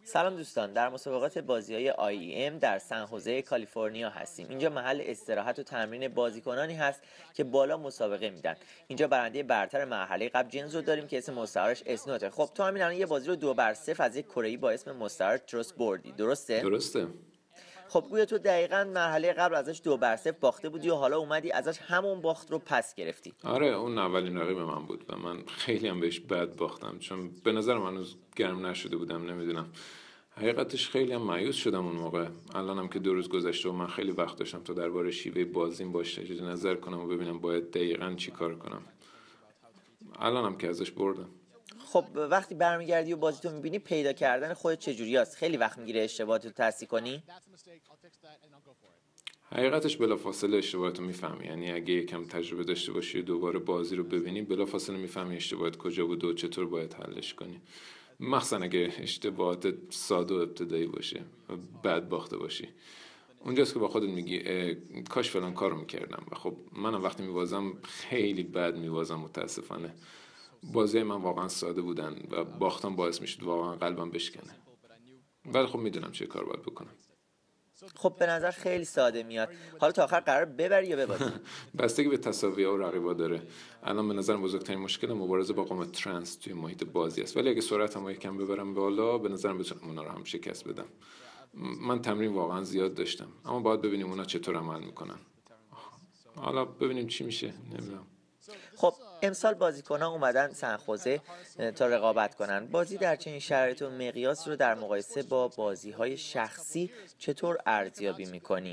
سلام دوستان، در مسابقات بازی‌های IEM در سن خوزه کالیفرنیا هستیم. اینجا محل استراحت و تمرین بازیکنانی هست که بالا مسابقه میدن. اینجا برنده برتر مرحله قبل جنز رو داریم که اسم مستعارش اسنوته. خب تو همین الان یه بازی رو 2-0 از یک کره‌ای با اسم مستعار تروس بردی، درسته؟ درسته. خب گویا تو دقیقاً مرحله قبل ازش 2-0 باخته بودی و حالا اومدی ازش همون باخت رو پس گرفتی. آره، اون اولین رقیب من بود و من خیلی هم بهش بد باختم، چون به نظرم هنوز گرم نشده بودم. نمیدونم، حقیقتش خیلی هم مایوس شدم اون موقع. الانم که 2 روز گذشته و من خیلی وقت داشتم تا درباره شیوه بازیم باش تجدید نظر کنم و ببینم باید دقیقاً چی کار کنم. الانم که ازش بردم. خب وقتی برمیگردی و بازی تو میبینی، پیدا کردن خودت چجوری هست؟ خیلی وقت میگیره اشتباهات رو تصحیح کنی؟ حقیقتش بلافاصله اشتباهاتو میفهمی. یعنی اگه یکم تجربه داشته باشی و دوباره بازی رو ببینی، بلافاصله میفهمی اشتباهات کجا بود و چطور باید حلش کنی. مخصوصا اگه اشتباهات ساده و ابتدایی باشه و بعد باخته باشی. اونجاست که با خودت میگی کاش فلان کارو میکردم. و خب منم وقتی میوازم خیلی بد میوازم متاسفانه. بازی من واقعا ساده بودن و باختم باعث میشد واقعا قلبم بشکنه. ولی خب میدونم چه کار باید بکنم. خب به نظر خیلی ساده میاد. حالا تا آخر قرار ببری یا ببازی؟ بستگی به تساوی‌ها و رقیبا داره. الان به نظر بزرگترین مشکل مبارزه با قوم ترنس توی محیط بازی است. ولی اگه سرعتمو یکم ببرم بالا، به نظرم بتونم اونا رو هم شکست بدم. من تمرین واقعا زیاد داشتم، اما باید ببینیم اونا چطور عمل میکنن. حالا ببینیم چی میشه. نمیدونم. خب امسال بازیکنان اومدن سن خوزه تا رقابت کنن. بازی در چنین شرایط و مقیاس رو در مقایسه با بازی‌های شخصی چطور ارزیابی میکنی؟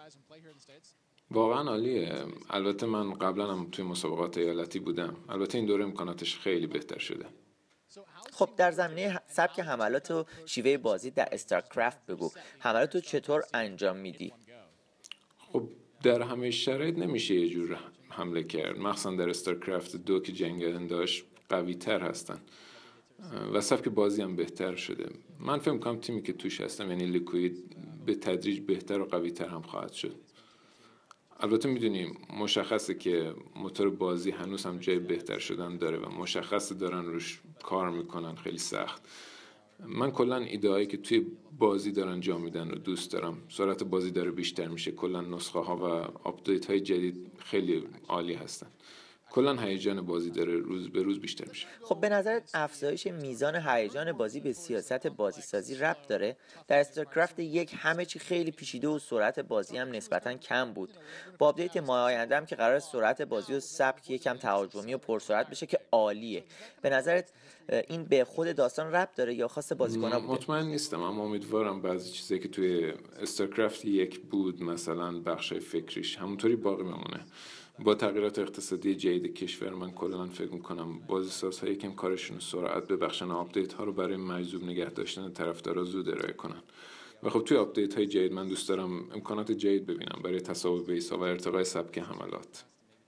واقعا عالیه. البته من قبلا هم توی مسابقات ایالتی بودم. البته این دوره امکاناتش خیلی بهتر شده. خب در زمینه سبک حملات و شیوه بازی در استارکرافت بگو. حملات رو چطور انجام میدی؟ خب در همه شرایط نمیشه یه جور حمله کرد. مخصوصا در استارکرافت 2 که جنگنده‌هاش قوی تر هستن و سبک بازی هم بهتر شده. من فکر می‌کنم تیمی که توش هستم، یعنی لیکوید، به تدریج بهتر و قوی تر هم خواهد شد. البته میدونیم مشخصه که موتور بازی هنوز هم جای بهتر شدن داره و مشخصه دارن روش کار میکنن خیلی سخت. من کلا ایده‌هایی که توی بازی دارن جا میدن رو دوست دارم. سرعت بازی داره بیشتر میشه. کلا نسخه ها و آپدیت های جدید خیلی عالی هستن. کلا هیجان بازی داره روز به روز بیشتر میشه. خب به نظرت افزایش میزان هیجان بازی به سیاست بازی سازی ربط داره؟ در استارکرافت 1 همه چی خیلی پیچیده و سرعت بازی هم نسبتاً کم بود. با آپدیت ماه آینده هم که قرار سرعت بازی و سبک یکم تهاجمی و پرسرعت بشه که عالیه. به نظرت این به خود داستان ربط داره یا خاص بازیکن‌ها بوده؟ مطمئن نیستم، اما امیدوارم بعضی چیزایی که توی استارکرافت 1 بود، مثلا بخشای فکریش همونطوری باقی بمونه. با تغییرات اقتصادی جدید کشور من کلا فکر میکنم بازی سازها یکم کارشون سرعت ببخشن، آپدیت ها رو برای مجذوب نگه داشتن طرفدارا زود ارائه کنن. و خب توی آپدیت های جدید من دوست دارم امکانات جدید ببینم برای تساوی بیس ها و ارتقای سبک حملات.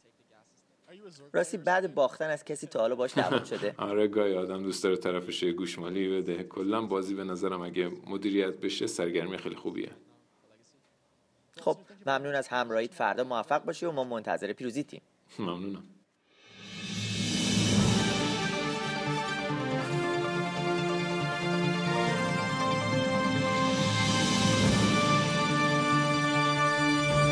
راستی بعد باختن از کسی تا حالا باش دعوا شده؟ آره، گاهی آدم دوست داره طرفش گوشمالی بده. کلا بازی به نظرم اگه مدیریت بشه سرگرمی خیلی خوبیه. خب ممنون از همراهیت. فردا موفق باشی و ما منتظر پیروزیتیم. ممنونم.